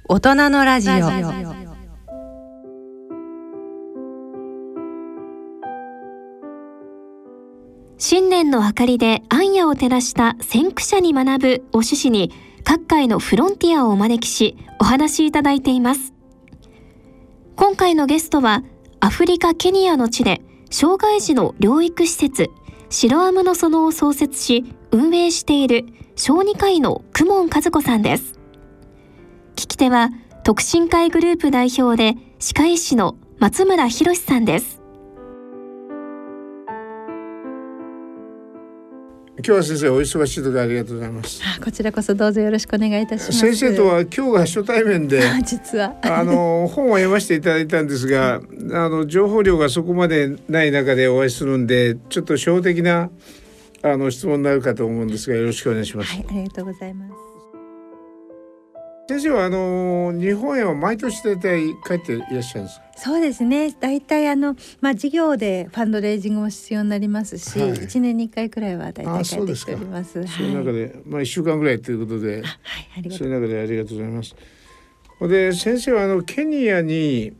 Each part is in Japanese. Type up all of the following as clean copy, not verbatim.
大人のラジオ。 新年の明かりで暗夜を照らした先駆者に学ぶを趣旨に、各界のフロンティアをお招きしお話しいただいています。今回のゲストはアフリカケニアの地で障害児の療育施設白アムの園を創設し運営している小児科医の公文和子さんです。聞き手は特進会グループ代表で歯科医師の松村博さんです。 今日は先生お忙しいところありがとうございます。 こちらこそどうぞよろしくお願いいたします。 先生とは今日が初対面で実は本を読ませていただいたんですが情報量がそこまでない中でお会いするんでちょっと初歩的な質問になるかと思うんですがよろしくお願いします。 はい、ありがとうございます。 先生は日本へは毎年大体帰っていらっしゃるんですか？ そうですね、大体事業でファンドレイジングも必要になりますし、はい、1年に1回くらいは大体帰ってきております。 その中で、1週間ぐらいということで、その中でありがとうございます。で先生はケニアに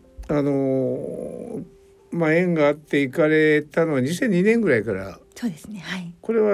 縁があって行かれたのは2002年ぐらいから。 そうですね、はい、 これは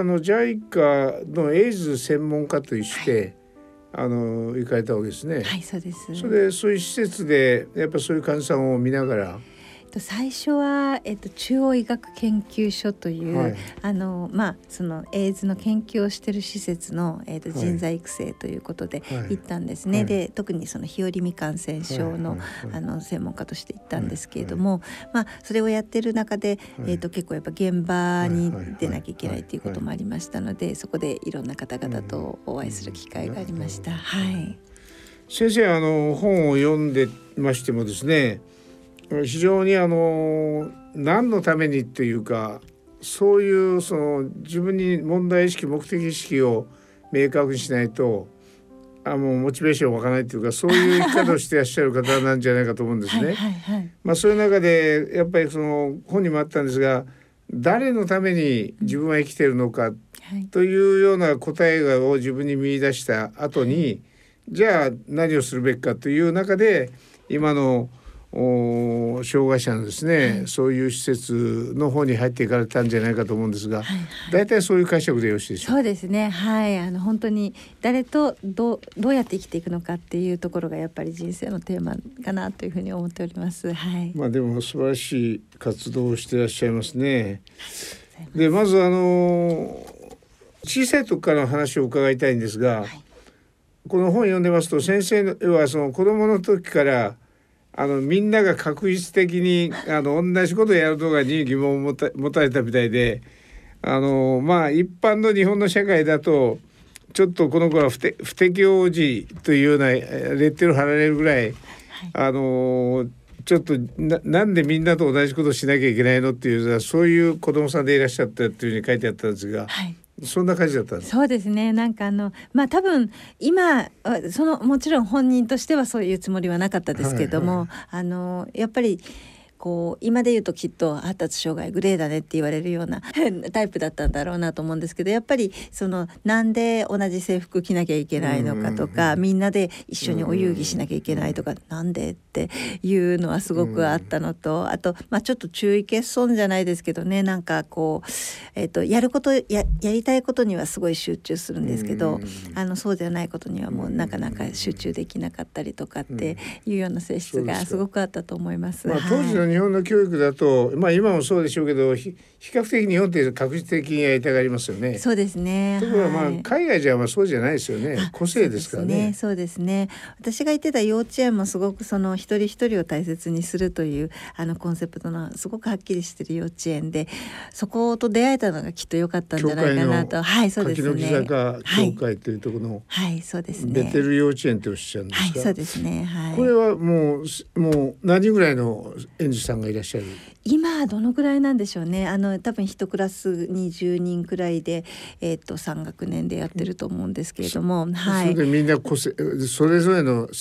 JICA のエイズ専門家として、行かれたわけですね。 はい、そうです。 それでそういう施設でやっぱそういう患者さんを見ながら最初は、中央医学研究所という、はい、そのエイズの研究をしている施設の、人材育成ということで行ったんですね、はい、で特にその日和見感染症の、専門家として行ったんですけれども、それをやってる中で、結構やっぱ現場に出なきゃいけないということもありましたので、そこでいろんな方々とお会いする機会がありました。はい、 先生本を読んでましてもですね、非常に何のためにっていうかそういう自分に問題意識目的意識を明確にしないともうモチベーション湧かないっていうかそういう生き方をしてらっしゃる方なんじゃないかと思うんですね。そういう中でやっぱり本にもあったんですが誰のために自分は生きているのかというような答えを自分に見出した後にじゃあ何をするべきかという中で今の障害者のですね、そういう施設の方に入っていかれたんじゃないかと思うんですが、大体そういう解釈でよろしいでしょうか？ そうですね、はい、本当に誰とどうやって生きていくのかっていうところがやっぱり人生のテーマかなというふうに思っております。はい、 でも素晴らしい活動をしていらっしゃいますね。でまず小さい時からの話を伺いたいんですが、この本を読んでますと先生は子どもの時からみんなが確実的に同じことをやるのがに疑問を持たれたみたいで一般の日本の社会だとちょっとこの子は不適応児というようなレッテルを貼られるぐらい、ちょっとなんでみんなと同じことをしなきゃいけないのっていうそういう子どもさんでいらっしゃったっていうふうに書いてあったんですが、そんな感じだったんです。 そうですね、なんか多分今もちろん本人としてはそういうつもりはなかったですけども、やっぱり今で言うときっと発達障害グレーだねって言われるようなタイプだったんだろうなと思うんですけど、やっぱりなんで同じ制服着なきゃいけないのかとか、みんなで一緒にお遊戯しなきゃいけないとか、なんでっていうのはすごくあったのと、あとちょっと注意欠損じゃないですけどね、なんかやることやりたいことにはすごい集中するんですけど、そうではないことにはもうなかなか集中できなかったりとかっていうような性質がすごくあったと思います。 当時の日本の教育だと、今もそうでしょうけど比較的日本って確実的にやりたがりますよね。 そうですね。 ところが海外じゃそうじゃないですよね。個性ですからね。 そうですね。私が行ってた幼稚園もすごく一人一人を大切にするというコンセプトのすごくはっきりしている幼稚園で、そこと出会えたのがきっと良かったんじゃないかなと。そうですね。 柿の木坂教会というところの、 そうですね。 ベテル幼稚園っておっしゃるんですか？ そうですね。 これはもう何人ぐらいの園児さんがいらっしゃる？ 今どのぐらいなんでしょうね。多分1クラス20人くらいで、3学年でやってると思うんですけれども、 それでみんなそれぞれの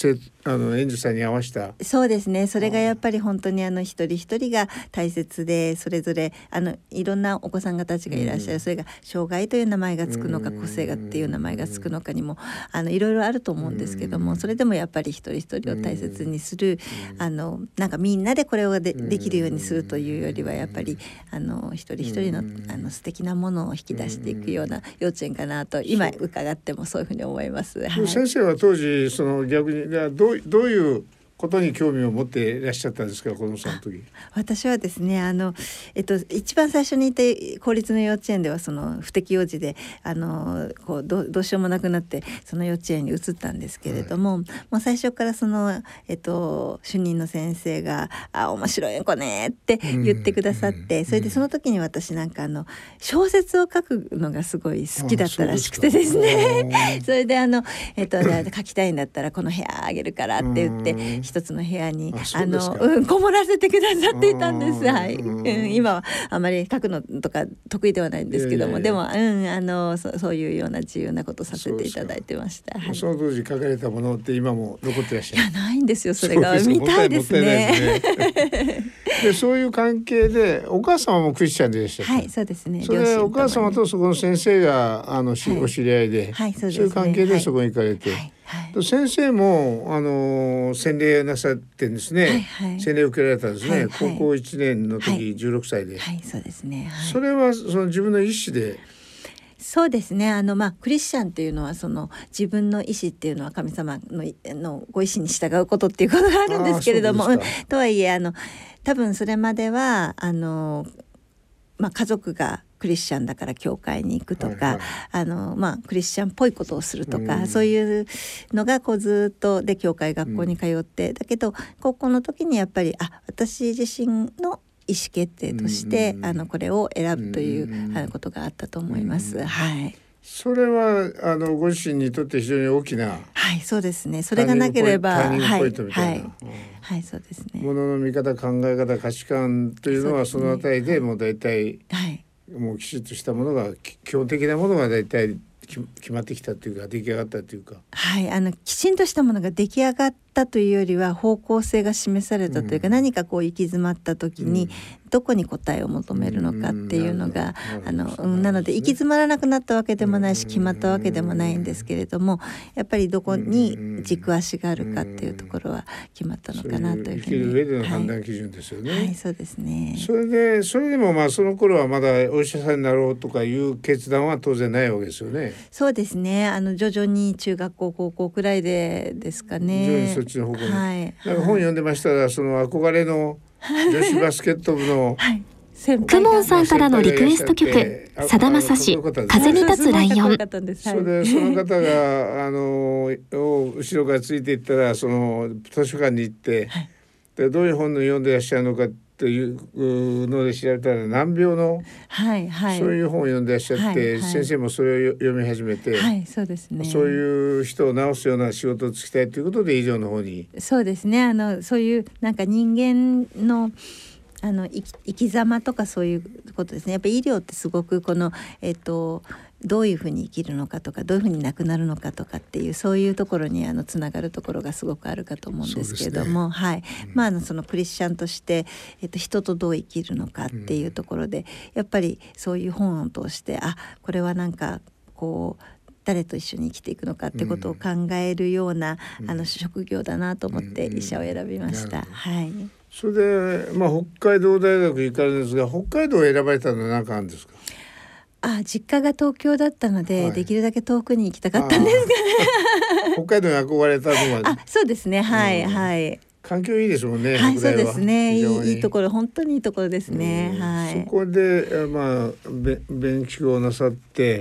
園児さんに合わせた。 そうですね。それがやっぱり本当に一人一人が大切で、それぞれいろんなお子さんたちがいらっしゃる、それが障害という名前がつくのか、個性がっていう名前がつくのかにもいろいろあると思うんですけども、それでもやっぱり一人一人を大切にする、なんかみんなでこれをできるようにするというよりは、やっぱり一人一人の素敵なものを引き出していくような幼稚園かなと今伺ってもそういうふうに思います。はい、 先生は当時逆にどういうことに興味を持っていらっしゃったんですか、子供さんの時。 私はですね、一番最初にいた公立の幼稚園では不適応児でどうしようもなくなってその幼稚園に移ったんですけれども、もう最初から主任の先生が面白い子ねって言ってくださって、それでその時に私なんか小説を書くのがすごい好きだったらしくてですね、それで書きたいんだったらこの部屋あげるからって言って一つの部屋にこもらせてくださっていたんです。はい、今はあまり書くのとか得意ではないんですけども、でもそういうような自由なことさせていただいてました。はい、 その当時書かれたものって今も残ってらっしゃる？ いや、ないんですよ。それが見たいですね。 でそういう関係でお母様もクリスチャンでいらっしゃった。 はい、そうですね。 それでお母様とそこの先生がお知り合いで、 はい、そうですね。 そういう関係でそこに行かれて、はいはい、先生も洗礼なさってんですね。はいはい、洗礼を受けられたんですね。はいはい、高校1年の時、はい、16歳で。 はい、そうですね。はい、 それは自分の意思で。 そうですね。クリスチャンっていうのは自分の意思っていうのは神様のご意思に従うことっていうことがあるんですけれども、とはいえ多分それまでは家族がクリスチャンだから教会に行くとか、はいはい、クリスチャンっぽいことをするとか、そういうのがずっとで教会学校に通って、だけど高校の時にやっぱり私自身の意思決定として、これを選ぶということがあったと思います。はい。 それはご自身にとって非常に大きな、 はい、そうですね。それがなければ、 ターニングポイントみたいな、 はい、はい、そうですね。 ものの見方、考え方、価値観というのはそのあたりでもう大体、はい、もうきちっとしたものが、基本的なものが大体決まってきたというか、出来上がったというか、 はい、きちんとしたものが出来上がったというよりは方向性が示されたというか、何か行き詰まった時にどこに答えを求めるのかっていうのが、なので行き詰まらなくなったわけでもないし、決まったわけでもないんですけれども、やっぱりどこに軸足があるかっていうところは決まったのかなというふうに。 生きる上での判断基準ですよね。 はい、はい、そうですね。 それでもその頃はまだお医者さんになろうとかいう決断は当然ないわけですよね。 そうですね。徐々に中学校高校くらいですかね。 徐々にそっちの方向に、 はい、 なんか本読んでましたら、憧れの女子バスケット部のはい、 クモンさんからのリクエスト曲、さだまさし風に立つライオン。 それでその方が後ろからついていったら、その図書館に行って、はい、でどういう本を読んでいらっしゃるのかというので調べたら、難病の、はいはい、そういう本を読んでいらっしゃって、はいはい、先生もそれを読み始めて、はい、そうですね、そういう人を治すような仕事をつきたいということで以上の方に。 そうですね。そういうなんか人間の生き様とかそういうことですね。やっぱり医療ってすごくどういうふうに生きるのかとか、どういうふうに亡くなるのかとかっていう、そういうところにつながるところがすごくあるかと思うんですけれども、ね、はい、そのクリスチャンとして、人とどう生きるのかっていうところで、やっぱりそういう本を通して、これはなんか誰と一緒に生きていくのかってことを考えるような、職業だなと思って医者を選びました。はい。 それで、北海道大学行かれるんですが、北海道を選ばれたのは何かあるんですか？ 実家が東京だったので、はい、できるだけ遠くに行きたかったんですかね。 北海道に憧れたのはそうですね。はい、はい。 環境いいですもんね。 はい、そうですね。いいところ、本当にいいところですね。はい。 そこで勉強なさって、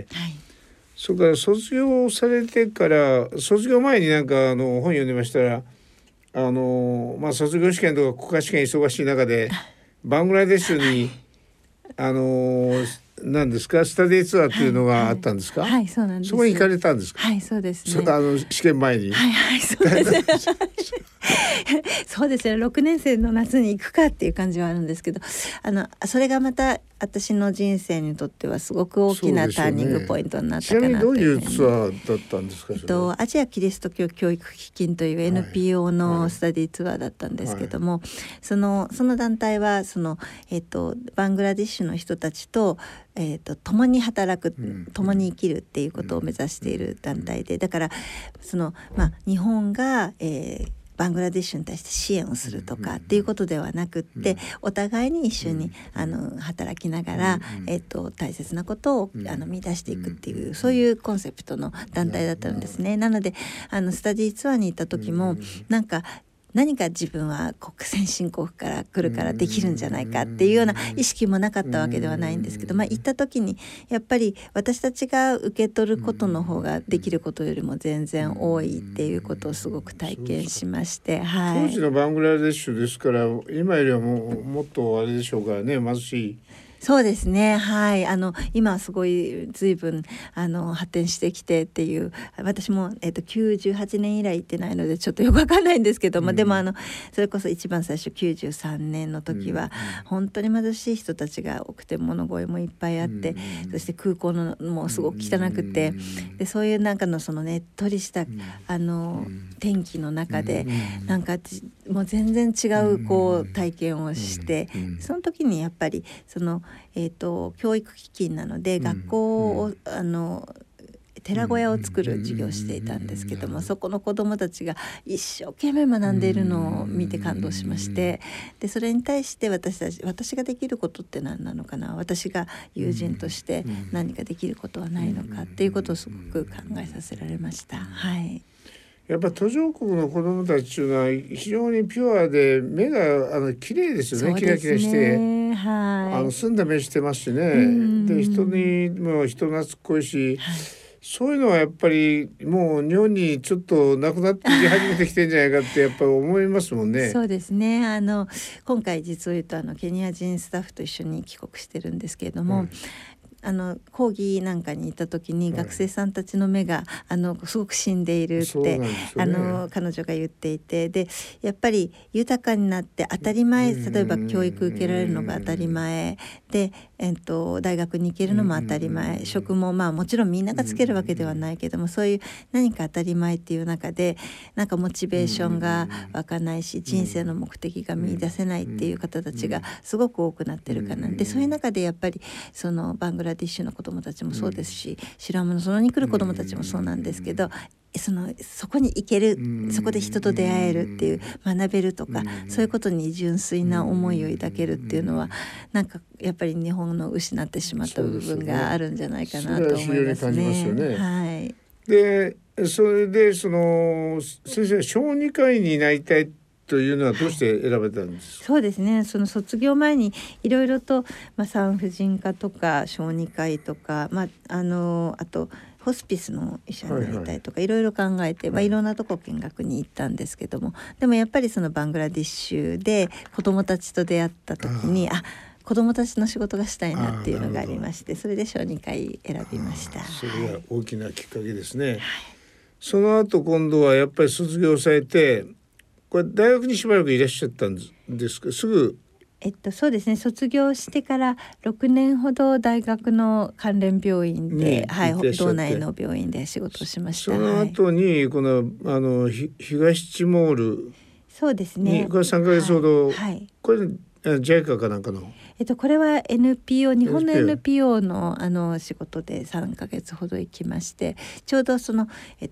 はい、それから卒業されてから、卒業前になんか本読んでましたら、卒業試験とか国家試験忙しい中でバングラデシュに何ですか、スタディツアーっていうのがあったんですか？はい、はい、そうなんです。そこに行かれたんですか？ はい、そうですね。 試験前に。 はい、はい、そうです。 そうですね、6年生の夏に行くかっていう感じはあるんですけど、それがまた私の人生にとってはすごく大きなターニングポイントになったかなというふうに。 ちなみにどういうツアーだったんですか？ アジアキリスト教教育基金という NPO のスタディツアーだったんですけども、その団体はバングラディッシュの人たちと共に働く、共に生きるっていうことを目指している団体で、だから日本が、バングラディッシュに対して支援をするとかっていうことではなくって、お互いに一緒に働きながら、大切なことを見出していくっていう、そういうコンセプトの団体だったんですね。なのでスタディツアーに行った時も何か自分は先進国から来るからできるんじゃないかっていうような意識もなかったわけではないんですけど、行った時にやっぱり私たちが受け取ることの方ができることよりも全然多いっていうことをすごく体験しまして、 当時のバングラデシュですから今よりはもっとあれでしょうからね、貧しい。 そうですね、はい、今はすごい随分発展してきてっていう、私も、98年以来行ってないのでちょっとよくわかんないんですけども、でもそれこそ一番最初93年の時は、本当に貧しい人たちが多くて、物乞いもいっぱいあって、そして空港のもすごく汚くて、でそういうそのねっとりした天気の中でもう全然違う体験をして、その時にやっぱり教育基金なので学校を寺小屋を作る授業をしていたんですけども、そこの子どもたちが一生懸命学んでいるのを見て感動しまして、でそれに対して私ができることって何なのかな、私が友人として何かできることはないのかっていうことをすごく考えさせられました。はい。 やっぱ途上国の子どもたちというのは非常にピュアで目が綺麗ですよね。キラキラして、はい、澄んだ目してますしね。で人にも人懐っこいし、そういうのはやっぱりもう日本にちょっとなくなってき始めてきてんじゃないかってやっぱり思いますもんね。 そうですね。今回実を言うとケニア人スタッフと一緒に帰国してるんですけれども、講義なんかに行った時に学生さんたちの目がすごく死んでいるって、彼女が言っていて、でやっぱり豊かになって当たり前、例えば教育受けられるのが当たり前で、大学に行けるのも当たり前、職ももちろんみんながつけるわけではないけども、そういう何か当たり前っていう中でモチベーションが湧かないし、人生の目的が見出せないっていう方たちがすごく多くなってるかな。でそういう中でやっぱりバングラディッシュの子どもたちもそうですし、白浜の園に来る子どもたちもそうなんですけど、そこに行ける、そこで人と出会えるっていう、学べるとか、そういうことに純粋な思いを抱けるっていうのはやっぱり日本の失ってしまった部分があるんじゃないかなと思いますね。はい。 でそれで先生、小児科医になりたいというのはどうして選べたんですか？ そうですね、卒業前にいろいろと、産婦人科とか小児科医とか、あとホスピスの医者になりたいとか、いろいろ考えて、いろんなとこ見学に行ったんですけども、でもやっぱりバングラディッシュで子どもたちと出会った時に子どもたちの仕事がしたいなっていうのがありまして、それで小児科医選びました。 それが大きなきっかけですね。はい、その後今度はやっぱり卒業されて、これ大学にしばらくいらっしゃったんですか？すぐそうですね、卒業してから6年ほど大学の関連病院で、道内の病院で仕事をしました。 その後にこの東チモール、 そうですね、 これ3ヶ月ほど、これJICA かなんかの、 これは NPO、 日本の NPO の仕事で3ヶ月ほど行きまして、ちょうど3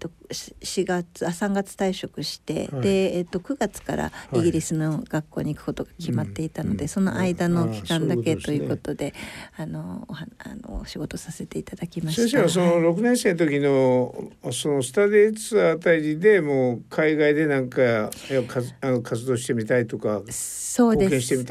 月退職して、で、9月からイギリスの学校に行くことが決まっていたので、その間の期間だけということで、仕事させていただきました。 先生はその6年生の時のそのスタディツアーあたりでもう海外で活動してみたいとか、貢献してみたい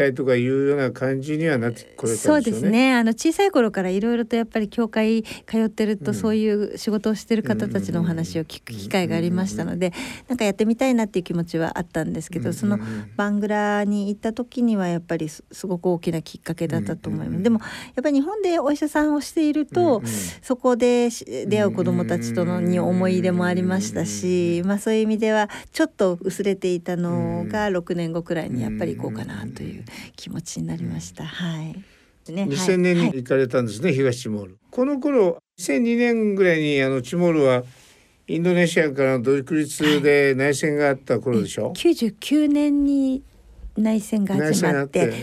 いとかいうような感じにはなってこれたんですよね。 そうですね。小さい頃からいろいろとやっぱり教会通ってると、そういう仕事をしてる方たちのお話を聞く機会がありましたので、なんかやってみたいなっていう気持ちはあったんですけど、そのバングラに行った時にはやっぱりすごく大きなきっかけだったと思います。でもやっぱり日本でお医者さんをしていると、そこで出会う子どもたちとのに思い入れもありましたし、そういう意味ではちょっと薄れていたのが6年後くらいにやっぱり行こうかなという気持ちになりました。はい。 2000年に行かれたんですね、東チモール。この頃2002年ぐらいにチモールはインドネシアからの独立で内戦があった頃でしょ。 99年に内戦が始まって、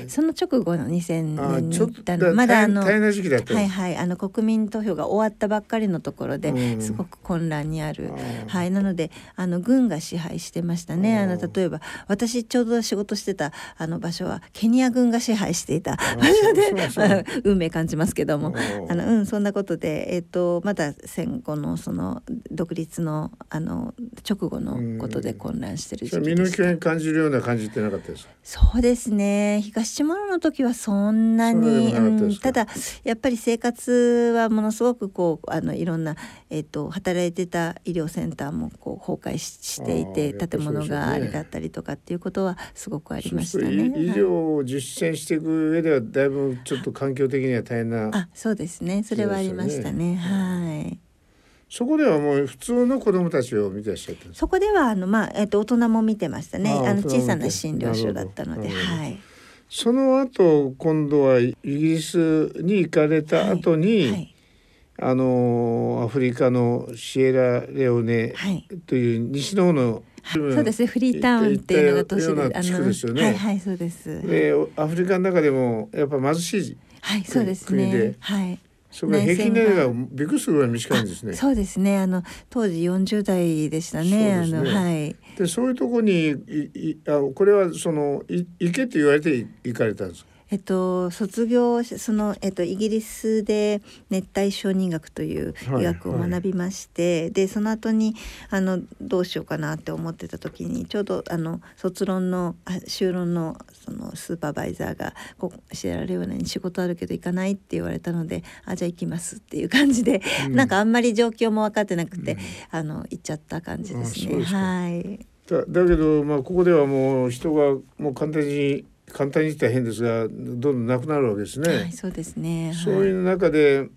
その直後の2000年に行ったの、まだ大変な時期だった。 国民投票が終わったばっかりのところですごく混乱にある、なので軍が支配してましたね。例えば私ちょうど仕事してた場所はケニア軍が支配していた場所で運命感じますけども、そんなことで、まだ戦後のその独立の直後のことで混乱してる時期でした。 身の危険感じるような感じってなかったですか？ そうですね。東チモールの時はそんなに、ただやっぱり生活はものすごくいろんな、働いてた医療センターも崩壊していて、建物があれだったりとかっていうことはすごくありましたね。 医療を実践していく上ではだいぶちょっと環境的には大変な。 そうですね。それはありましたね。はい。 そこではもう普通の子どもたちを見てらっしゃったんですか？ そこでは大人も見てましたね。小さな診療所だったので、 その後今度はイギリスに行かれた後に、アフリカのシエラレオネという西の方の、 そうですね、フリータウンっていうのが都市で、 地区ですよね。 そうです。 でアフリカの中でもやっぱ貧しい国で、それから平均年齢がびっくりするぐらい短いんですね。 そうですね。当時40代でしたね。 でそういうところにこれは行けと言われて行かれたんですか？ 卒業イギリスで熱帯小児学という医学を学びまして、でその後にどうしようかなって思ってた時にちょうど卒論の修論のそのスーパーバイザーがシエラレオネに仕事あるけど行かないって言われたので、じゃあ行きますっていう感じで、なんかあんまり状況も分かってなくて、行っちゃった感じですね。 だけどここではもう人がもう簡単に言ったら変ですがどんどんなくなるわけですね。 そうですね。 そういう中で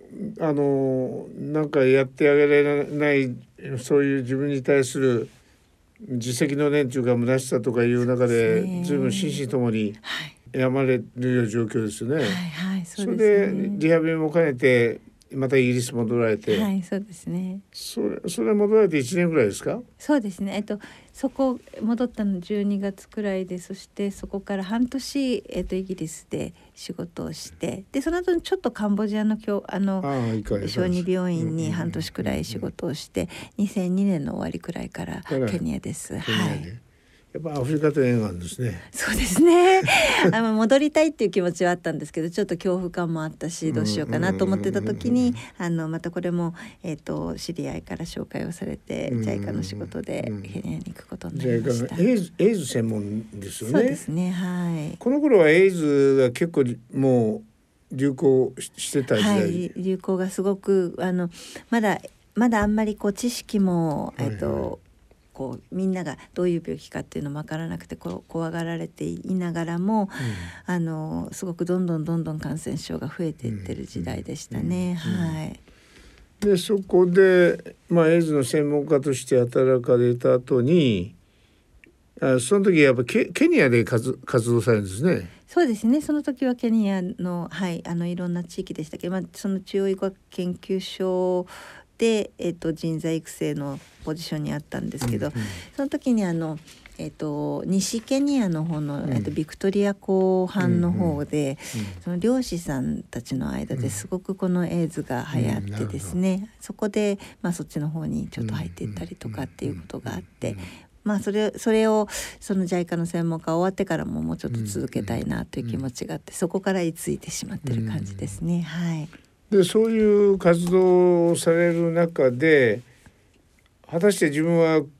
なんかやってあげられないそういう自分に対する自責の念というか虚しさとかいう中で随分心身ともに病まれるような状況ですよね。それでリハビリも兼ねてまたイギリス戻られて、 そうですね。 それ戻られて1年ぐらいですか？ そうですね。そこ戻ったの12月くらいで、そしてそこから半年イギリスで仕事をして、でその後にちょっとカンボジアの小児病院に半年くらい仕事をして、2002年の終わりくらいからケニアです。 やっぱアフリカと縁があるんですね。 そうですね。戻りたいっていう気持ちはあったんですけど、ちょっと恐怖感もあったし、どうしようかなと思ってた時にまたこれも、知り合いから紹介をされて、JICA の仕事でケニアに行くことになりました。 エイズ専門ですよね。 そうですね。 この頃はエイズが結構もう流行してた時代。 流行がすごくまだあんまり知識もみんながどういう病気かっていうのも分からなくて怖がられていながらも、すごくどんどん感染症が増えていってる時代でしたね。 でそこで、エイズの専門家として働かれた後にその時やっぱケニアで活動されるんですね。 そうですね。その時はケニアの、いろんな地域でしたけど、その中央医学研究所で、人材育成のポジションにあったんですけど、その時に西ケニアの方の、ビクトリア湖畔の方で、その漁師さんたちの間ですごくこのエイズが流行ってですね、そこで、そっちの方にちょっと入っていったりとかっていうことがあって、それをその JICA の専門家終わってからももうちょっと続けたいなという気持ちがあって、そこから居ついてしまってる感じですね。 でそういう活動をされる中で果たして自分は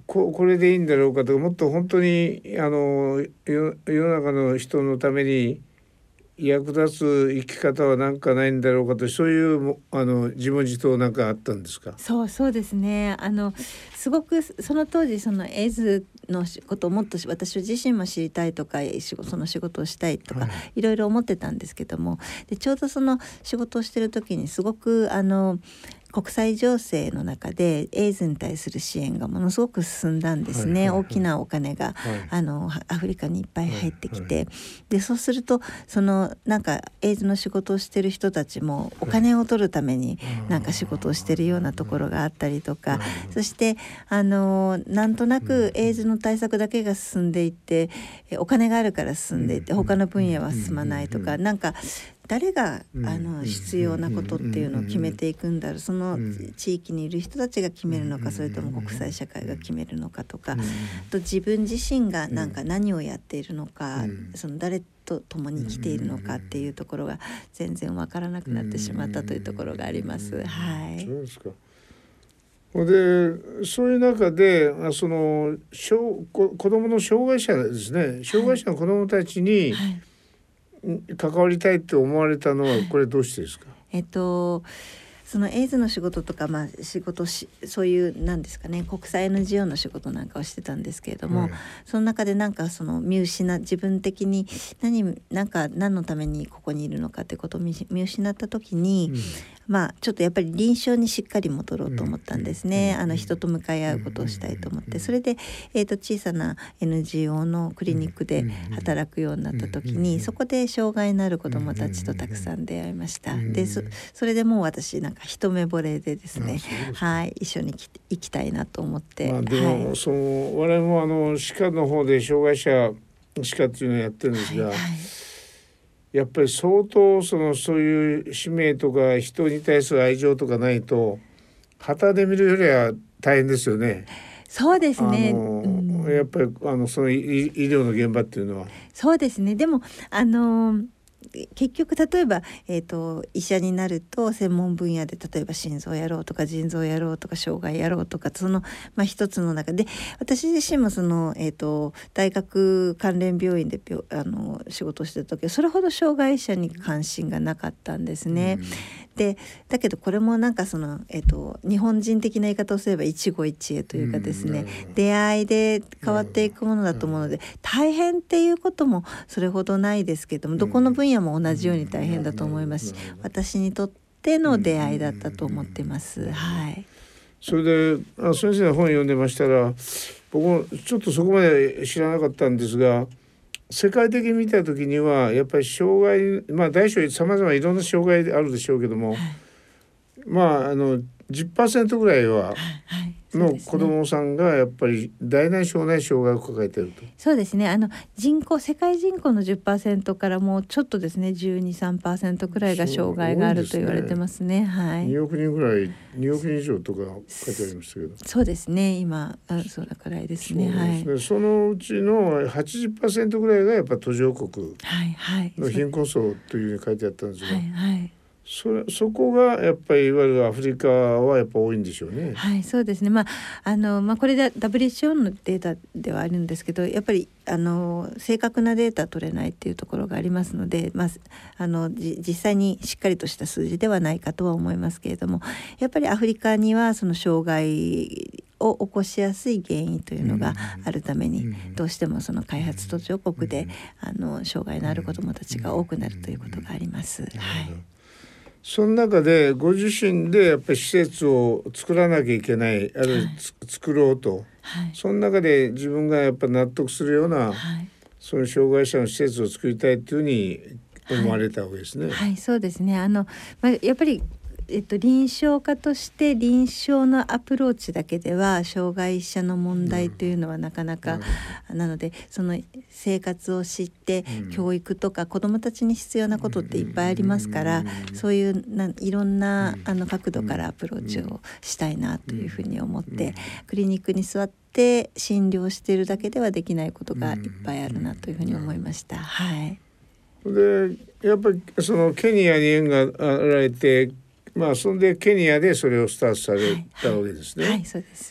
これでいいんだろうかとか、もっと本当に世の中の人のために役立つ生き方はなんかないんだろうかと、そういう自問自答なんかあったんですか？ そうですね。すごくその当時そのエイズのことをもっと私自身も知りたいとか、その仕事をしたいとか、いろいろ思ってたんですけども、でちょうどその仕事をしてる時にすごく国際情勢の中でエイズに対する支援がものすごく進んだんですね。大きなお金が、アフリカにいっぱい入ってきて、でそうするとそのなんかエイズの仕事をしてる人たちもお金を取るためになんか仕事をしてるようなところがあったりとか、そしてなんとなくエイズの対策だけが進んでいってお金があるから進んでいって他の分野は進まないとか、なんか誰が必要なことっていうのを決めていくんだろう、その地域にいる人たちが決めるのか、それとも国際社会が決めるのかとか、と自分自身がなんか何をやっているのか、その誰と共に生きているのかっていうところが全然わからなくなってしまったというところがあります。はい。 そうですか。でそういう中でその子どもの障害者ですね、障害者の子どもたちに、関わりたいと思われたのはこれどうしてですか？ そのエイズの仕事とか、仕事そういうなんですかね、国際 NGO の仕事なんかをしてたんですけれども、その中でなんかその自分的に何のためにここにいるのかってことを見失った時に、ちょっとやっぱり臨床にしっかり戻ろうと思ったんですね。人と向かい合うことをしたいと思って、それで、小さな NGO のクリニックで働くようになった時に、そこで障害のある子どもたちとたくさん出会いました。でそれでもう私なんか一目惚れでですね、一緒に行きたいなと思って。 でも、我々も歯科の方で障害者歯科っていうのをやってるんですが、やっぱり相当そういう使命とか人に対する愛情とかないと旗で見るよりは大変ですよね。 そうですね。 やっぱりその医療の現場っていうのは。 そうですね。でも結局例えば、医者になると専門分野で例えば心臓やろうとか腎臓やろうとか障害やろうとか、その、一つの中で私自身もその、大学関連病院で仕事をしてた時はそれほど障害者に関心がなかったんですね。でだけどこれもなんかその、日本人的な言い方をすれば一期一会というかですね、出会いで変わっていくものだと思うので、大変っていうこともそれほどないですけども、どこの分野も同じように大変だと思いますし、私にとっての出会いだったと思ってます。 それで先生の本読んでましたら、僕もちょっとそこまで知らなかったんですが、世界的に見た時にはやっぱり障害、大小さまざまいろんな障害あるでしょうけども、10% ぐらいはの子どもさんがやっぱり大なり小なり障害を抱えていると。 そうですね。世界人口の 10% からもうちょっとですね 12-3% くらいが障害があると言われてますね。 2億人ぐらい、2億人以上とか書いてありましたけど。 そうですね。今それくらいですね。 そのうちの 80% ぐらいがやっぱ途上国の貧困層というふうに書いてあったんですが、そこがやっぱりいわゆるアフリカはやっぱ多いんでしょうね。 そうですね。これで WHO のデータではあるんですけど、やっぱり正確なデータ取れないっていうところがありますので、実際にしっかりとした数字ではないかとは思いますけれども、やっぱりアフリカにはその障害を起こしやすい原因というのがあるために、どうしてもその開発途上国で障害のある子どもたちが多くなるということがあります。 その中でご自身でやっぱり施設を作らなきゃいけない、あるいは作ろうと、その中で自分がやっぱ納得するような、その障害者の施設を作りたいというふうに思われたわけですね。 そうですね。やっぱり臨床家として臨床のアプローチだけでは障害者の問題というのはなかなか、なのでその生活を知って教育とか子どもたちに必要なことっていっぱいありますから、そういういろんな角度からアプローチをしたいなというふうに思って、クリニックに座って診療しているだけではできないことがいっぱいあるなというふうに思いました。 でやっぱりそのケニアに縁があられて、そんでケニアでそれをスタートされたわけですね。 そうです。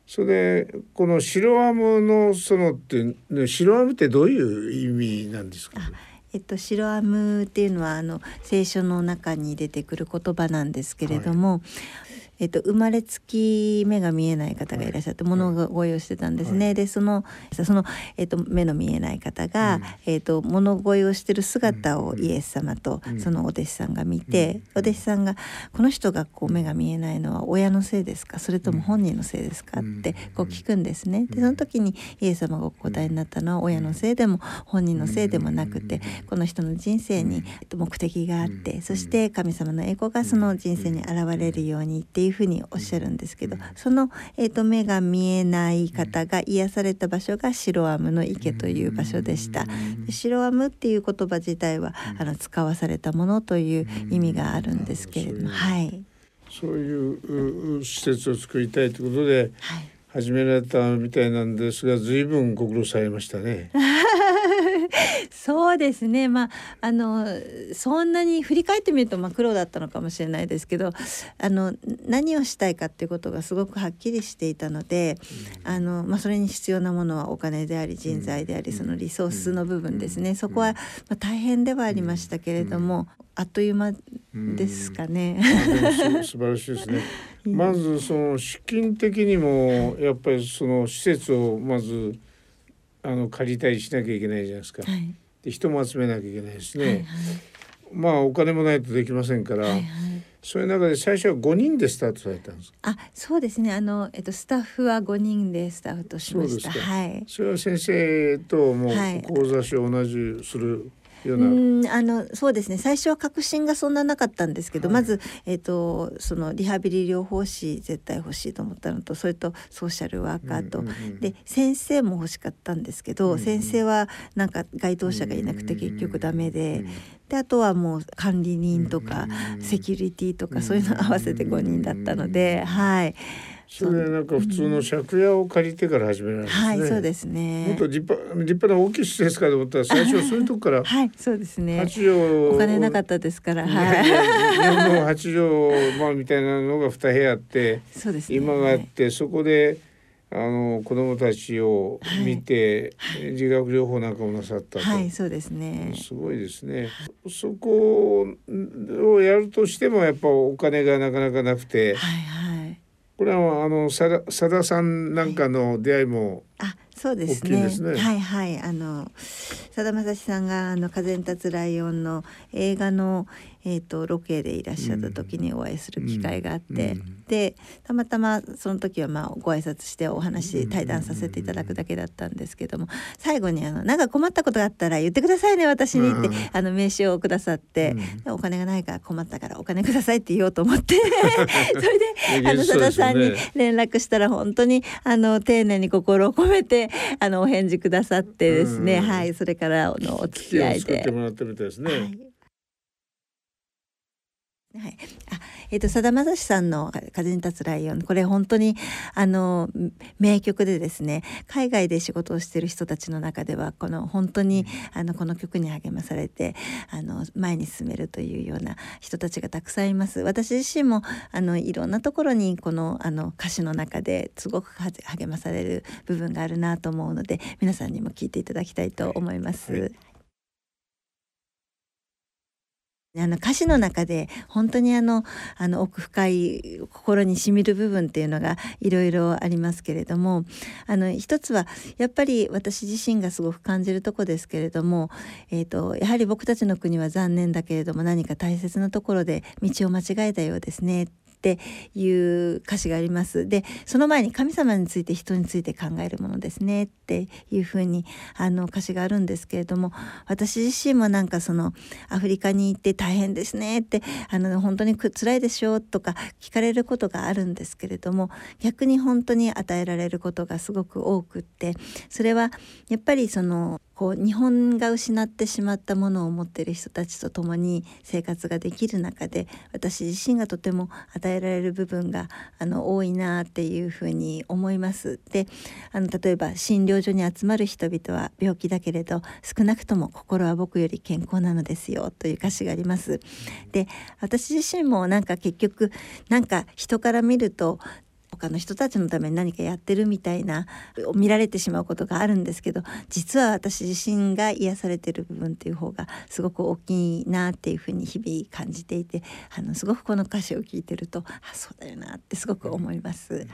それでこの白アムの園って白アムってどういう意味なんですか？ 白アムっていうのは聖書の中に出てくる言葉なんですけれども、生まれつき目が見えない方がいらっしゃって、物乞いをしてたんですね。でその、目の見えない方が、物乞いをしてる姿をイエス様とそのお弟子さんが見て、お弟子さんがこの人が目が見えないのは親のせいですか、それとも本人のせいですかって聞くんですね。でその時にイエス様がお答えになったのは、親のせいでも本人のせいでもなくて、この人の人生に目的があって、そして神様の栄光がその人生に現れるようにっていうふうにおっしゃるんですけど、その、目が見えない方が癒された場所がシロアムの池という場所でした。でシロアムっていう言葉自体は使わされたものという意味があるんですけれども、 そういう施設を作りたいということで始められたみたいなんですが、随分ご苦労されましたね。 そうですね、そんなに振り返ってみると苦労だったのかもしれないですけど、何をしたいかっていうことがすごくはっきりしていたので、それに必要なものはお金であり人材であり、そのリソースの部分ですね。そこは大変ではありましたけれども、あっという間ですかね。 でも素晴らしいですね。まずその資金的にもやっぱりその施設をまず借りたりしなきゃいけないじゃないですか。で人も集めなきゃいけないですね。お金もないとできませんから、そういう中で最初は5人でスタートされたんですか？ そうですね。スタッフは5人でスタートしました。 それは先生とも志を同じするような。 そうですね。最初は確信がそんななかったんですけど、まず、そのリハビリ療法士絶対欲しいと思ったのと、それとソーシャルワーカーと、で先生も欲しかったんですけど、先生はなんか該当者がいなくて結局ダメで、であとはもう管理人とかセキュリティとかそういうの合わせて5人だったので、 それでなんか普通の借家を借りてから始められるんですね。 そうですね。 もっと立派な大きい施設かと思ったら最初はそういうとこからそうですね。 8畳お金なかったですから、 日本の8畳みたいなのが2部屋あって、 そうですね、 今があって、そこで子どもたちを見て、理学療法なんかもなさったと。 そうですね。 すごいですね。そこをやるとしてもやっぱお金がなかなかなくて、これはさださんなんかの出会いもそうですね。さだまさしさんが風に立つライオンの映画のロケでいらっしゃった時にお会いする機会があって、でたまたまその時はご挨拶してお話対談させていただくだけだったんですけども、最後になんか困ったことがあったら言ってくださいね私にって、名刺をくださって、お金がないから困ったからお金くださいって言おうと思ってそれでさださんに連絡したら本当に丁寧に心を込めてお返事くださってですね、それからのお付き合いで作ってもらったみたいですね。 さだまさしさんの風に立つライオン、これ本当に名曲でですね、海外で仕事をしている人たちの中では本当にこの曲に励まされて前に進めるというような人たちがたくさんいます。私自身もいろんなところにこの歌詞の中ですごく励まされる部分があるなと思うので、皆さんにも聞いていただきたいと思います。歌詞の中で本当に奥深い心にしみる部分っていうのがいろいろありますけれども、一つはやっぱり私自身がすごく感じるとこですけれども、やはり僕たちの国は残念だけれども何か大切なところで道を間違えたようですねっていう歌詞があります。でその前に神様について人について考えるものですねっていうふうに歌詞があるんですけれども、私自身もなんかアフリカに行って大変ですねって本当に辛いでしょとか聞かれることがあるんですけれども、逆に本当に与えられることがすごく多くって、それはやっぱり日本が失ってしまったものを持っている人たちと共に生活ができる中で、私自身がとても与えられる部分が多いなっていうふうに思います。で例えば診療所に集まる人々は病気だけれど少なくとも心は僕より健康なのですよという歌詞があります。で私自身もなんか結局なんか人から見るとお他の人たちのために何かやってるみたいな見られてしまうことがあるんですけど、実は私自身が癒されてる部分っていう方がすごく大きいなっていうふうに日々感じていて、すごくこの歌詞を聞いてるとそうだよなってすごく思います。はい。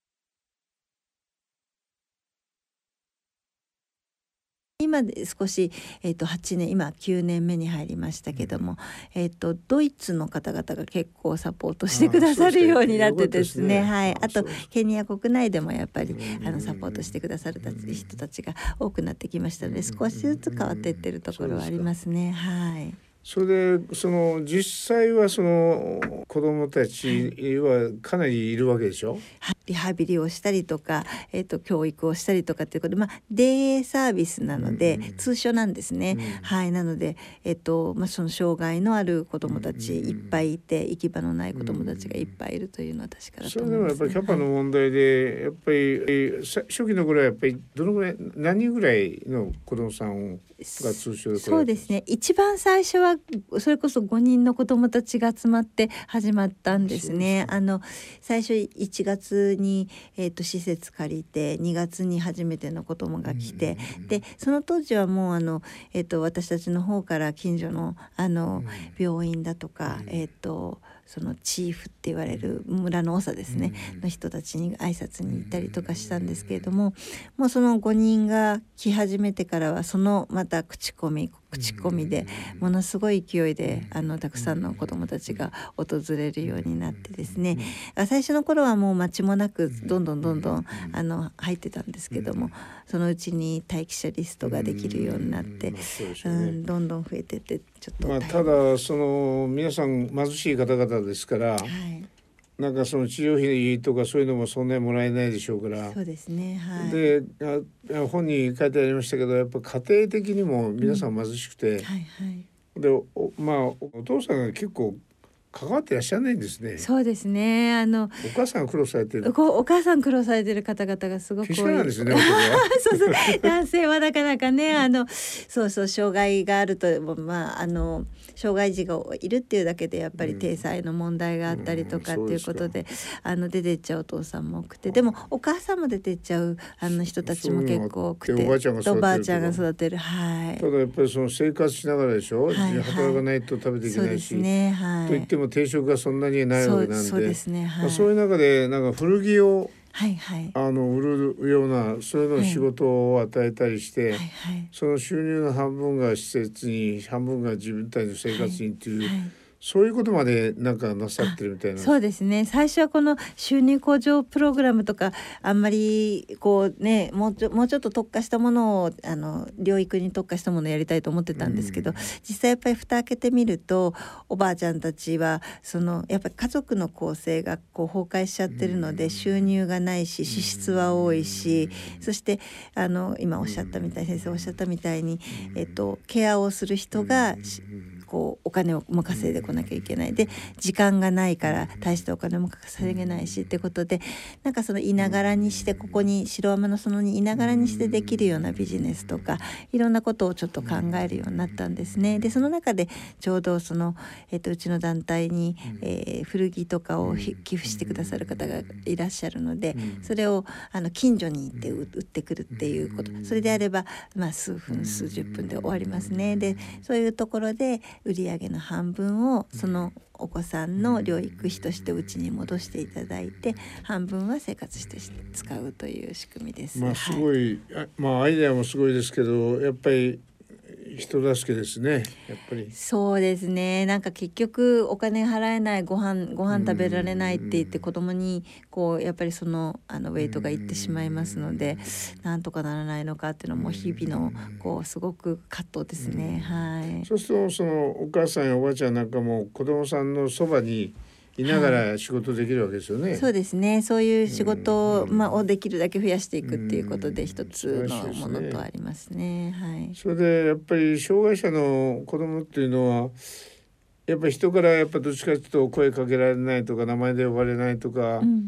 今で少し、8年今9年目に入りましたけども、ドイツの方々が結構サポートしてくださるようになってですね、はい、あとケニア国内でもやっぱりサポートしてくださる人たちが多くなってきましたので、少しずつ変わっていってるところはありますね。はい。 それで実際は子どもたちはかなりいるわけでしょ。 リハビリをしたりとか、教育をしたりとかということで、デイサービスなので、通所なんですね。はい。なので、その障害のある子どもたちいっぱいいて、行き場のない子どもたちがいっぱいいるというのは確かだと思います、ね。 それでもやっぱりキャパの問題で、やっぱり初期の頃はやっぱりどのぐらい何人ぐらいの子どもさんが通所で。 そうですね。一番最初はそれこそ5人の子どもたちが集まって始まったんですね。最初1月に、施設借りて、2月に初めての子どもが来て、でその当時はもう私たちの方から近所の病院だとか、そのチーフって言われる村の長ですね、の人たちに挨拶に行ったりとかしたんですけれども、もうその5人が来始めてからはまた口コミでものすごい勢いでたくさんの子どもたちが訪れるようになってですね、最初の頃はもう待ちもなくどんどん入ってたんですけども、そのうちに待機者リストができるようになって、どんどん増えてってちょっとただ皆さん貧しい方々ですから、はい、なんか治療費とかそういうのもそんなにもらえないでしょうから。 そうですね。はい。 で本に書いてありましたけど、やっぱ家庭的にも皆さん貧しくて、はいはい、でお父さんが結構関わってらっしゃらないんですね。 そうですね。お母さん苦労されてる。 お母さん苦労されてる方々がすごく多い。 確かなんですね。 そう男性はなかなかね、障害があると障害児がいるっていうだけでやっぱり体裁の問題があったりとかっていうことで、出てっちゃうお父さんも多くて、でもお母さんも出てっちゃう人たちも結構多くて、 おばあちゃんが育てる。はい。 ただやっぱり生活しながらでしょ。働かないと食べていけないし。そうですね。はい。といっても定職がそんなにないわけなんで、そうですね。はい。そういう中でなんか古着を売るようなそういうの仕事を与えたりして、その収入の半分が施設に、半分が自分たちの生活にっていう、そういうことまでなんかなさってるみたいな。 そうですね。最初はこの収入向上プログラムとかあんまりもうちょっと特化したものを療育に特化したものをやりたいと思ってたんですけど、実際やっぱり蓋開けてみるとおばあちゃんたちはやっぱり家族の構成が崩壊しちゃってるので、収入がないし支出は多いし、そして今先生おっしゃったみたいに、ケアをする人がお金をも稼いでこなきゃいけないで、時間がないから大してお金も稼げないしってことで、なんかいながらにして、ここに白浜の園にいながらにしてできるようなビジネスとかいろんなことをちょっと考えるようになったんですね。でその中でちょうどうちの団体に、古着とかを寄付してくださる方がいらっしゃるので、それを近所に行って売ってくるっていうこと、それであれば数分数十分で終わりますね。でそういうところで売上の半分をそのお子さんの療育費としてうちに戻していただいて、半分は生活して使うという仕組みです。 すごい、アイデアもすごいですけど、やっぱり人助けですね。やっぱりそうですね。なんか結局お金払えない、ご飯食べられないって言って子供にやっぱりウェイトがいってしまいますので、なんとかならないのかっていうのも日々のすごく葛藤ですね。はい。 そうするとお母さんやおばあちゃんなんかも子供さんのそばにいながら仕事できるわけですよね。 そうですね。そういう仕事をできるだけ増やしていくっていうことで一つのものとありますね。はい。 それでやっぱり障害者の子供っていうのはやっぱり人からどっちかというと声かけられないとか名前で呼ばれないとか、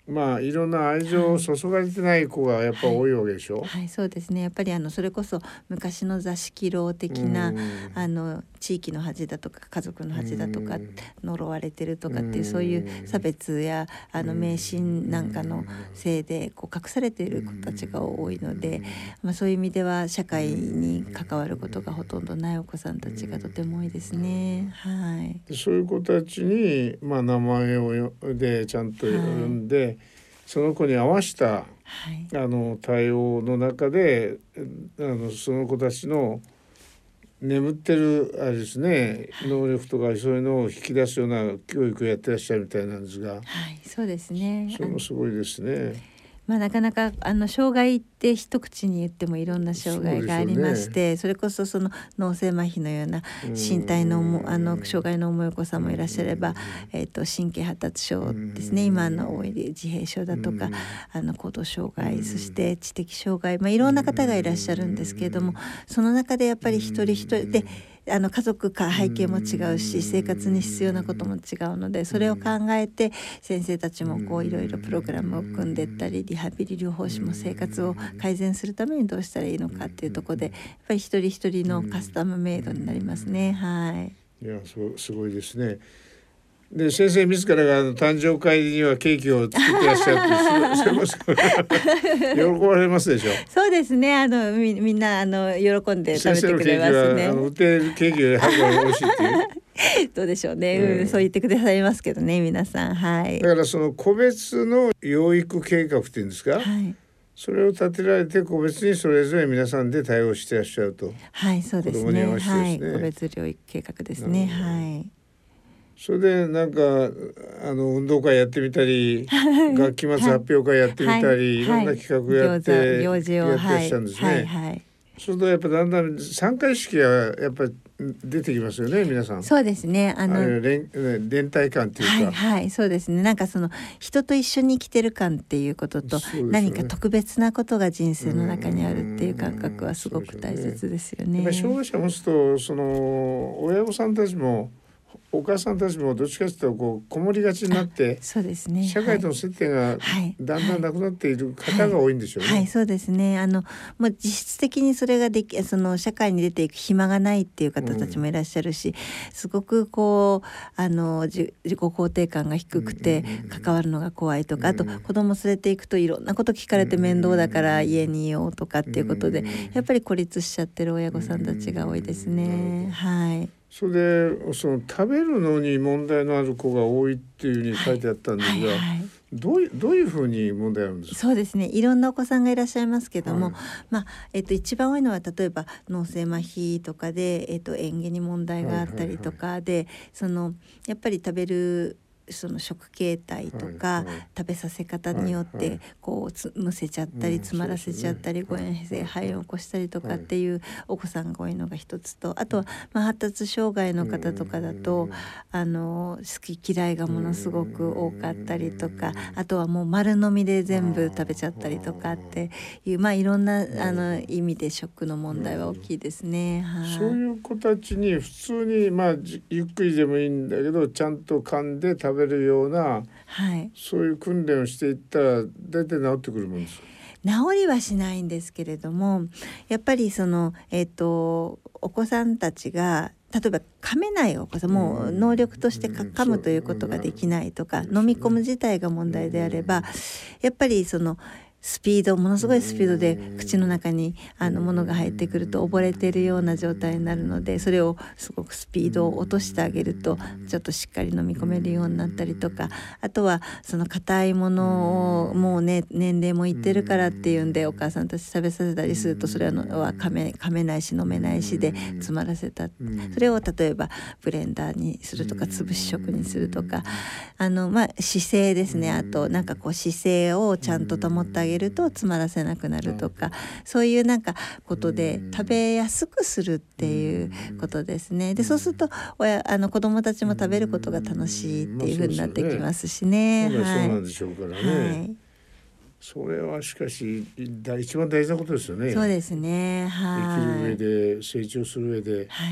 まあいろんな愛情を注がれてない子がやっぱ多いわけでしょ。 はい、そうですね。やっぱりそれこそ昔の座敷牢的な地域の恥だとか家族の恥だとか呪われてるとかっていうそういう差別や迷信なんかのせいでこう隠されている子たちが多いので、そういう意味では社会に関わることがほとんどないお子さんたちがとても多いですね。はい。 そういう子たちに、名前をでちゃんと呼んで、その子に合わせた、対応の中でその子たちの眠ってるあれですね、能力とかそういうのを引き出すような教育をやってらっしゃるみたいなんですが、 そうですね。 それもすごいですね。 なかなか障害って一口に言ってもいろんな障害がありまして、それこそその脳性麻痺のような身体の障害の重いお子さんもいらっしゃれば、神経発達症ですね、今多い自閉症だとか行動障害、そして知的障害、いろんな方がいらっしゃるんですけれども、その中でやっぱり一人一人で家族か背景も違うし生活に必要なことも違うので、それを考えて先生たちもこういろいろプログラムを組んでいったり、リハビリ療法士も生活を改善するためにどうしたらいいのかっていうところで、やっぱり一人一人のカスタムメイドになりますね。はい。 いや、すごいですね。で先生自らが誕生会にはケーキを作ってらっしゃるってそれも喜ばれますでしょ。 そうですね。みんな喜んで食べてくれますね。 売ってるケーキよりはるかに美味しいっていうどうでしょうね、そう言ってくださいますけどね、皆さん。はい。 だからその個別の養育計画っていうんですか、それを立てられて個別にそれぞれ皆さんで対応してらっしゃると。 はい、そうですね。 子供に合わせてですね。 個別療育計画ですね。はい。 それでなんか運動会やってみたり学期末発表会やってみたり、いろんな企画やって行事をやってらっしゃるんですね。そうするとやっぱだんだん参加意識がやっぱり出てきますよね、皆さん。 そうですね。 連帯感っていうか、 そうですね。なんかその人と一緒に生きてる感っていうことと、何か特別なことが人生の中にあるっていう感覚はすごく大切ですよね。 やっぱり障害者を持つとその親御さんたちもお母さんたちもどっちかというとこうこもりがちになって、 そうですね、 社会との接点がだんだんなくなっている方が多いんでしょうね。 そうですね。もう実質的にそれがその社会に出ていく暇がないっていう方たちもいらっしゃるし、すごくこう自己肯定感が低くて関わるのが怖いとか、あと子供連れていくといろんなこと聞かれて面倒だから家にいようとかっていうことで、やっぱり孤立しちゃってる親御さんたちが多いですね。はい。 それでその食べるのに問題のある子が多いっていうふうに書いてあったんですが、どういうふうに問題あるんですか。 そうですね。いろんなお子さんがいらっしゃいますけども、一番多いのは例えば脳性麻痺とかで、嚥下に問題があったりとかで、やっぱり食べるその食形態とか、食べさせ方によってこうむせちゃったり詰まらせちゃったり、誤嚥性肺炎を起こしたりとかっていうお子さんが多いのが一つと、あとは発達障害の方とかだと好き嫌いがものすごく多かったりとか、あとはもう丸飲みで全部食べちゃったりとかっていう、いろんな意味で食の問題は大きいですね。 そういう子たちに普通にゆっくりでもいいんだけどちゃんと噛んで食べるような、そういう訓練をしていったら大体治ってくるもんですか。 治りはしないんですけれども、やっぱりその、お子さんたちが例えば噛めないお子さん、もう能力として噛むということができないとか、飲み込む自体が問題であれば、やっぱりそのスピード、ものすごいスピードで口の中に物が入ってくると溺れているような状態になるので、それをすごくスピードを落としてあげるとちょっとしっかり飲み込めるようになったりとか、あとはその硬いものをもうね年齢もいってるからっていうんでお母さんたち食べさせたりすると、それは噛めないし飲めないしで詰まらせた、それを例えばブレンダーにするとか潰し食にするとか、姿勢ですね。あとなんかこう姿勢をちゃんと保ってあげると詰まらせなくなるとか、そういうなんかことで食べやすくするっていうことですね。でそうすると子どもたちも食べることが楽しいっていう風になってきますしね。 そうなんでしょうからね。それはしかし一番大事なことですよね。 そうですね。 生きる上で成長する上で、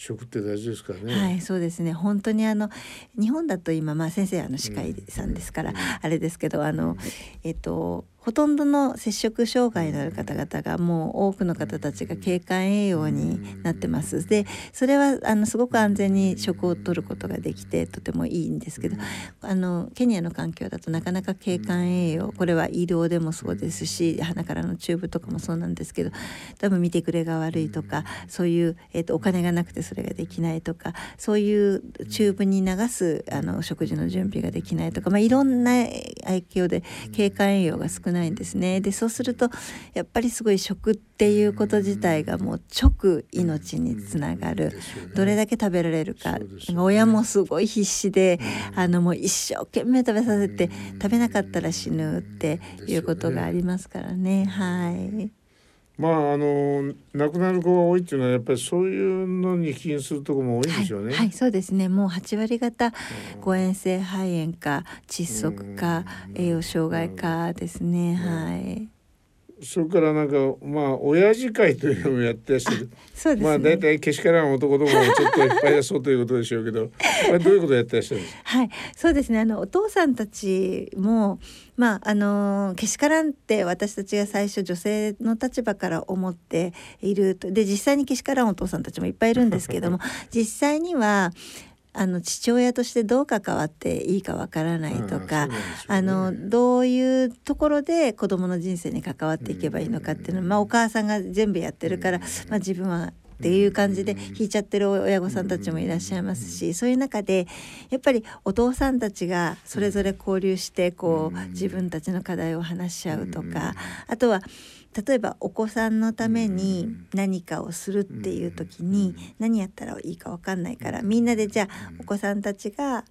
食って大事ですからね。 はい、そうですね。本当に日本だと今、先生歯科医さんですから、あれですけどほとんどの摂食障害のある方々がもう多くの方たちが経管栄養になってます。でそれはすごく安全に食を取ることができてとてもいいんですけど、ケニアの環境だとなかなか経管栄養、これは医療でもそうですし鼻からのチューブとかもそうなんですけど、多分見てくれが悪いとか、そういう、お金がなくてそれができないとか、そういうチューブに流す食事の準備ができないとか、いろんな影響で経管栄養が少ないんですね。でそうするとやっぱりすごい食っていうこと自体がもう直命につながる、どれだけ食べられるか、親もすごい必死でもう一生懸命食べさせて、食べなかったら死ぬっていうことがありますからね。はい。 亡くなる子が多いっていうのはやっぱりそういうのに起因するところも多いんでしょうね。 はい、そうですね。もう8割方誤嚥性肺炎か窒息か栄養障害かですね。はい。 それから親父会というのもやってらっしゃる。 そうですね。 大体けしからん男どもをちょっといっぱい出そうということでしょうけどどういうことをやってらっしゃるんですか。 はい、そうですね。お父さんたちもけしからんって私たちが最初女性の立場から思っていると。で実際にけしからんお父さんたちもいっぱいいるんですけども実際には父親としてどう関わっていいかわからないとか、どういうところで子どもの人生に関わっていけばいいのかっていうのは、お母さんが全部やってるから、自分はっていう感じで引いちゃってる親御さんたちもいらっしゃいますし、そういう中でやっぱりお父さんたちがそれぞれ交流して自分たちの課題を話し合うとか、あとは例えばお子さんのために何かをするっていう時に何やったらいいか分かんないから、みんなでじゃあお子さんたちが、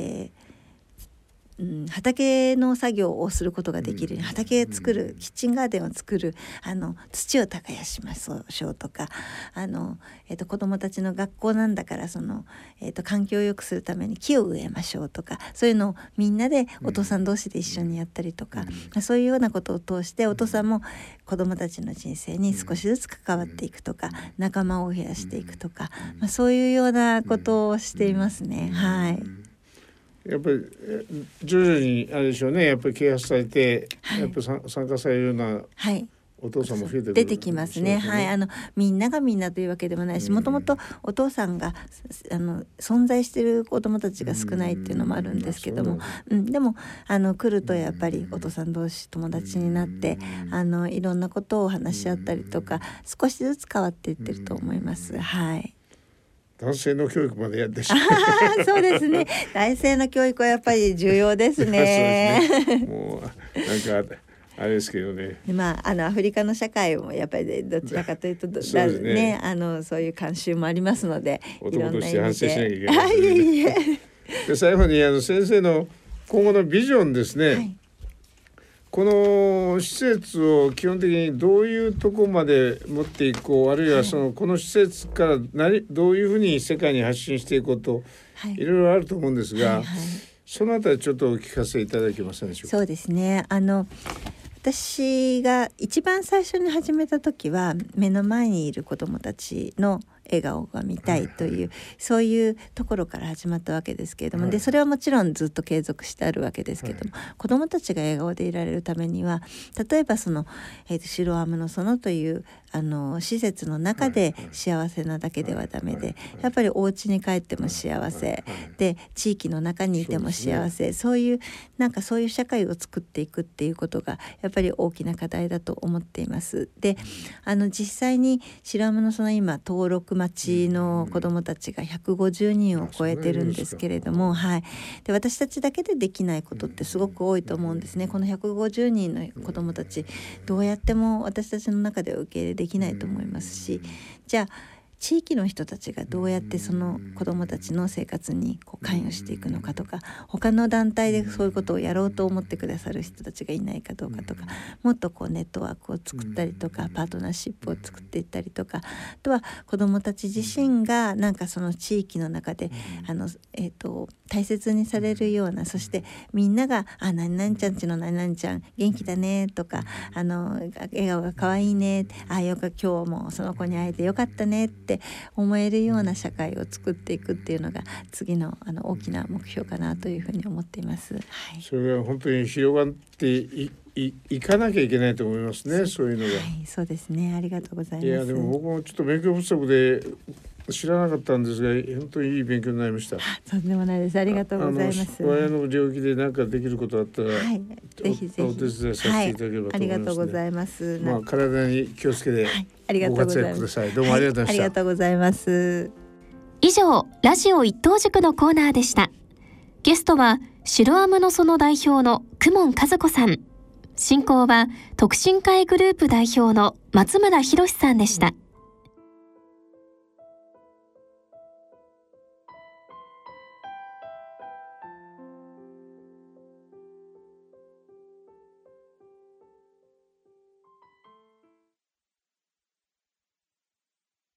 畑の作業をすることができる、畑作る、キッチンガーデンを作る、土を耕しましょうとか、子どもたちの学校なんだから環境を良くするために木を植えましょうとか、そういうのをみんなでお父さん同士で一緒にやったりとか、そういうようなことを通してお父さんも子どもたちの人生に少しずつ関わっていくとか、仲間を増やしていくとか、そういうようなことをしていますね。はい。 やっぱり徐々にあれでしょうね。やっぱり啓発されて、やっぱり参加されるようなお父さんも増えてくる、 出てきますね。はい。みんながみんなというわけでもないし、もともとお父さんが存在している子どもたちが少ないっていうのもあるんですけども、でも来るとやっぱりお父さん同士友達になっていろんなことを話し合ったりとか、少しずつ変わっていってると思います。はい。 男性の教育までやってしそうですね。男性の教育はやっぱり重要ですね。 そうですね。もうなんかあれですけどね。 アフリカの社会もやっぱりどちらかというとそういう慣習もありますので、 男として反省しなきゃいけないですね。で最後に先生の今後のビジョンですね。はい、この施設を基本的にどういうところまで持っていこう、あるいはこの施設からどういうふうに世界に発信していこうと、いろいろあると思うんですが、そのあたりちょっとお聞かせいただけませんでしょうか。 そうですね。私が一番最初に始めた時は目の前にいる子どもたちの笑顔が見たいという、そういうところから始まったわけですけれども、でそれはもちろんずっと継続してあるわけですけれども、子どもたちが笑顔でいられるためには、例えば白アムの園という施設の中で幸せなだけではダメで、やっぱりお家に帰っても幸せで、地域の中にいても幸せ、そういう社会を作っていくっていうことがやっぱり大きな課題だと思っています。で実際に白アムの園今登録町の子どもたちが150人を超えてるんですけれども、で私たちだけでできないことってすごく多いと思うんですね。この150人の子どもたちどうやっても私たちの中では受け入れできないと思いますし、じゃあ地域の人たちがどうやってその子どもたちの生活に関与していくのかとか、他の団体でそういうことをやろうと思ってくださる人たちがいないかどうかとか、もっとネットワークを作ったりとか、パートナーシップを作っていったりとか、あとは子どもたち自身がその地域の中で大切にされるような、そしてみんなが何々ちゃんちの何々ちゃん元気だねとか、笑顔が可愛いね、今日もその子に会えてよかったねってって思えるような社会を作っていくっていうのが次の大きな目標かなというふうに思っています。はい、 それが本当に広がっていかなきゃいけないと思いますね。そういうのが。 はい、そうですね。ありがとうございます。 いやでも僕もちょっと勉強不足で知らなかったんですが、本当にいい勉強になりました。 とんでもないです。ありがとうございます。 親の領域で何かできることあったら、 はい、ぜひぜひお手伝いさせていただければと思います、ね。 ありがとうございます。 体に気をつけてご活躍ください。どうもありがとうございました。 ありがとうございます。 以上、ラジオ一等塾のコーナーでした。ゲストは白アムの園代表の公文和子さん。進行は特進会グループ代表の松村博さんでした。